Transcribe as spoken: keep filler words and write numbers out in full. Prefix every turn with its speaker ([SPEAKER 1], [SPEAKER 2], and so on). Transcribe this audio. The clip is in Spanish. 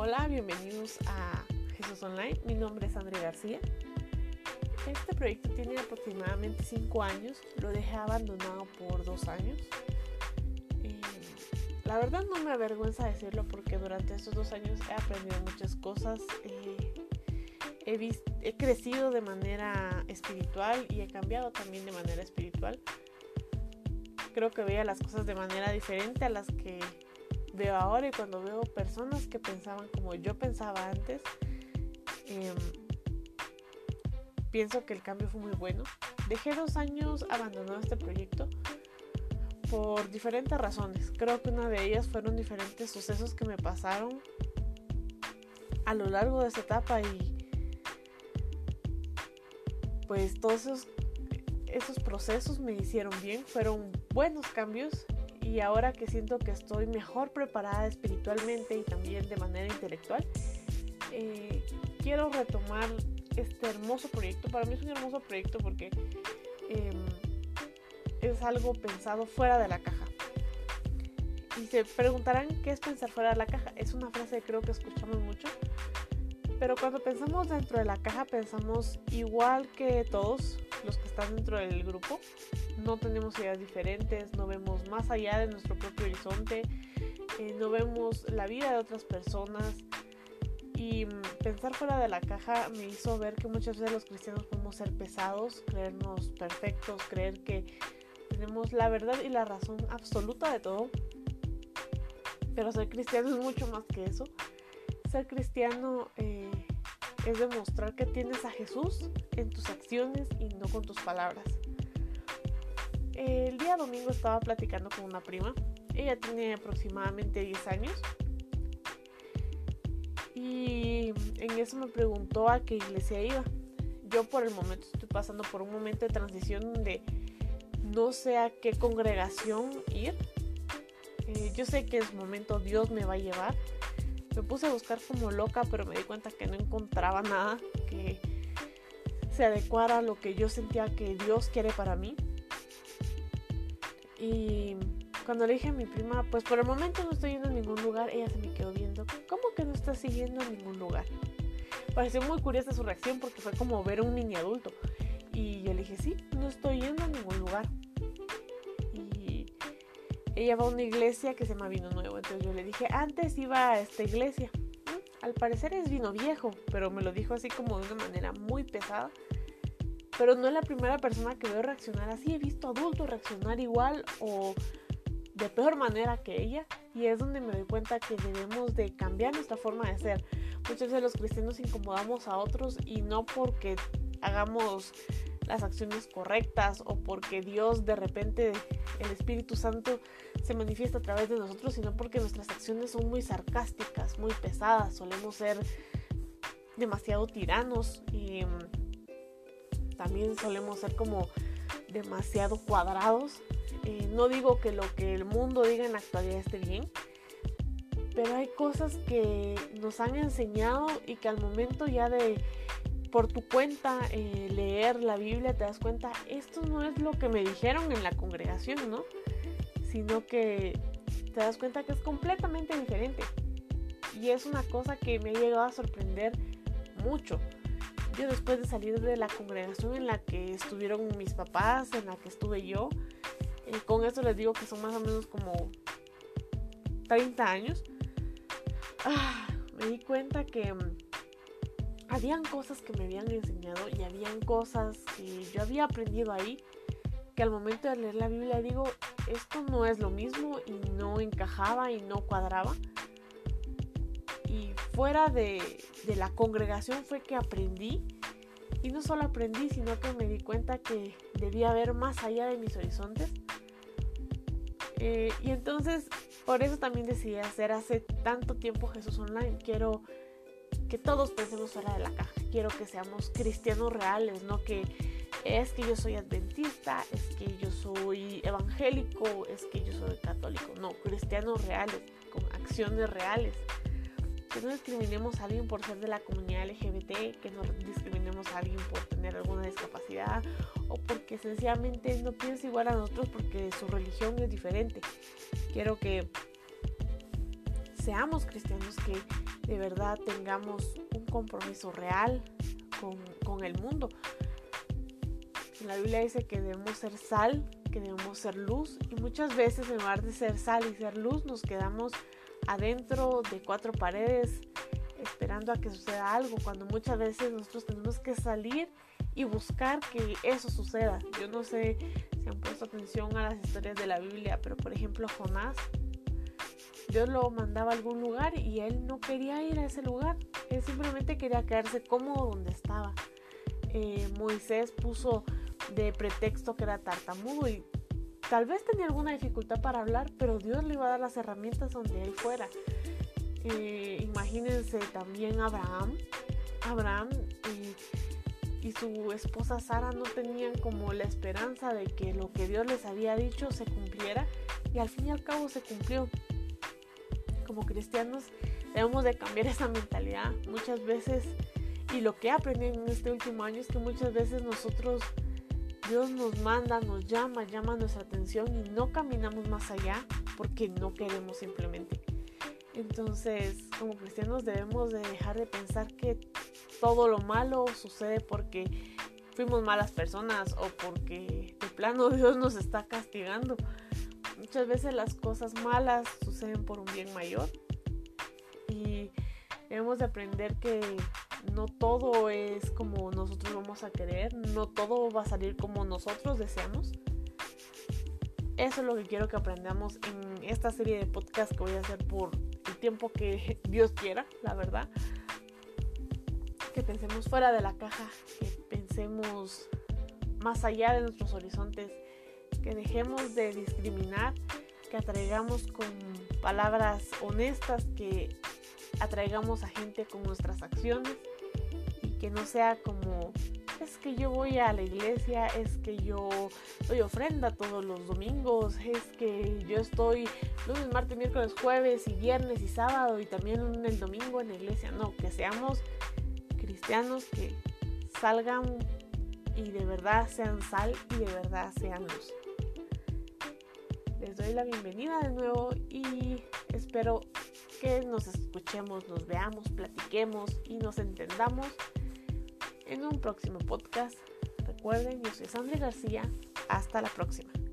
[SPEAKER 1] Hola, bienvenidos a Jesús Online. Mi nombre es Andrea García. Este proyecto tiene aproximadamente cinco años. Lo dejé abandonado por dos años. Eh, la verdad no me avergüenza decirlo porque durante estos dos años he aprendido muchas cosas. Eh, he, visto, he crecido de manera espiritual y he cambiado también de manera espiritual. Creo que veía las cosas de manera diferente a las que veo ahora, y cuando veo personas que pensaban como yo pensaba antes, eh, pienso que el cambio fue muy bueno. Dejé dos años abandonado este proyecto por diferentes razones. Creo que una de ellas fueron diferentes sucesos que me pasaron a lo largo de esta etapa, y pues todos esos, esos procesos me hicieron bien, fueron buenos cambios. Y ahora que siento que estoy mejor preparada espiritualmente y también de manera intelectual, eh, quiero retomar este hermoso proyecto. Para mí es un hermoso proyecto porque eh, es algo pensado fuera de la caja. Y se preguntarán qué es pensar fuera de la caja. Es una frase que creo que escuchamos mucho, pero cuando pensamos dentro de la caja pensamos igual que todos los que están dentro del grupo. No tenemos ideas diferentes, no vemos más allá de nuestro propio horizonte, eh, no vemos la vida de otras personas. Y pensar fuera de la caja me hizo ver que muchas veces los cristianos podemos ser pesados, creernos perfectos, creer que tenemos la verdad y la razón absoluta de todo. Pero ser cristiano es mucho más que eso. Ser cristiano eh, es demostrar que tienes a Jesús en tus acciones y no con tus palabras. El día domingo estaba platicando con una prima. Ella tiene aproximadamente diez años. Y en eso me preguntó a qué iglesia iba. Yo por el momento estoy pasando por un momento de transición donde no sé a qué congregación ir. Eh, yo sé que en su momento Dios me va a llevar. Me puse a buscar como loca, pero me di cuenta que no encontraba nada que se adecuara a lo que yo sentía que Dios quiere para mí. Y cuando le dije a mi prima, pues por el momento no estoy yendo a ningún lugar, ella se me quedó viendo. ¿Cómo que no estás siguiendo a ningún lugar? Pareció muy curiosa su reacción porque fue como ver a un niño adulto. Y yo le dije, sí, no estoy yendo a ningún lugar. Y ella va a una iglesia que se llama Vino Nuevo. Entonces yo le dije, antes iba a esta iglesia. Al parecer es vino viejo, pero me lo dijo así como de una manera muy pesada. Pero no es la primera persona que veo reaccionar así. He visto adultos reaccionar igual o de peor manera que ella. Y es donde me doy cuenta que debemos de cambiar nuestra forma de ser. Muchas veces los cristianos incomodamos a otros, y no porque hagamos las acciones correctas o porque Dios de repente, el Espíritu Santo, se manifiesta a través de nosotros, sino porque nuestras acciones son muy sarcásticas, muy pesadas. Solemos ser demasiado tiranos y también solemos ser como demasiado cuadrados. Eh, no digo que lo que el mundo diga en la actualidad esté bien, pero hay cosas que nos han enseñado y que al momento ya de por tu cuenta eh, leer la Biblia te das cuenta, esto no es lo que me dijeron en la congregación, ¿no? Sino que te das cuenta que es completamente diferente. Y es una cosa que me ha llegado a sorprender mucho. Yo, después de salir de la congregación en la que estuvieron mis papás, en la que estuve yo, eh, con esto les digo que son más o menos como treinta años, ah, me di cuenta que um, habían cosas que me habían enseñado y habían cosas que yo había aprendido ahí, que al momento de leer la Biblia digo, esto no es lo mismo, y no encajaba y no cuadraba. Y fuera de, de la congregación fue que aprendí, y no solo aprendí, sino que me di cuenta que debía ver más allá de mis horizontes. Eh, y entonces, por eso también decidí hacer hace tanto tiempo Jesús Online. Quiero que todos pensemos fuera de la caja. Quiero que seamos cristianos reales, no que es que yo soy adventista, es que yo soy evangélico, es que yo soy católico. No, cristianos reales, con acciones reales. Que no discriminemos a alguien por ser de la comunidad L G B T, que no discriminemos a alguien por tener alguna discapacidad o porque sencillamente no piensa igual a nosotros porque su religión es diferente. Quiero que seamos cristianos, que de verdad tengamos un compromiso real con, con el mundo. La Biblia dice que debemos ser sal, que debemos ser luz, y muchas veces en lugar de ser sal y ser luz nos quedamos adentro de cuatro paredes esperando a que suceda algo, cuando muchas veces nosotros tenemos que salir y buscar que eso suceda. Yo no sé si han puesto atención a las historias de la Biblia, pero por ejemplo Jonás, Dios lo mandaba a algún lugar y él no quería ir a ese lugar, él simplemente quería quedarse cómodo donde estaba. eh, Moisés puso de pretexto que era tartamudo y tal vez tenía alguna dificultad para hablar, pero Dios le iba a dar las herramientas donde él fuera. Eh, imagínense también Abraham. Abraham eh, y su esposa Sara no tenían como la esperanza de que lo que Dios les había dicho se cumpliera, y al fin y al cabo se cumplió. Como cristianos debemos de cambiar esa mentalidad muchas veces, y lo que he aprendido en este último año es que muchas veces nosotros, Dios nos manda, nos llama, llama nuestra atención y no caminamos más allá porque no queremos simplemente. Entonces, como cristianos debemos de dejar de pensar que todo lo malo sucede porque fuimos malas personas o porque de plano Dios nos está castigando. Muchas veces las cosas malas suceden por un bien mayor, y debemos de aprender que no todo es como nosotros vamos a querer, no todo va a salir como nosotros deseamos. Eso es lo que quiero que aprendamos en esta serie de podcast que voy a hacer por el tiempo que Dios quiera, la verdad. Que pensemos fuera de la caja, que pensemos más allá de nuestros horizontes, que dejemos de discriminar, que atraigamos con palabras honestas, que atraigamos a gente con nuestras acciones, y que no sea como, es que yo voy a la iglesia, es que yo doy ofrenda todos los domingos, es que yo estoy lunes, martes, miércoles, jueves y viernes y sábado y también el domingo en la iglesia. No, que seamos cristianos que salgan y de verdad sean sal y de verdad sean luz. Les doy la bienvenida de nuevo y espero que nos escuchemos, nos veamos, platiquemos y nos entendamos en un próximo podcast. Recuerden, yo soy Sandra García. Hasta la próxima.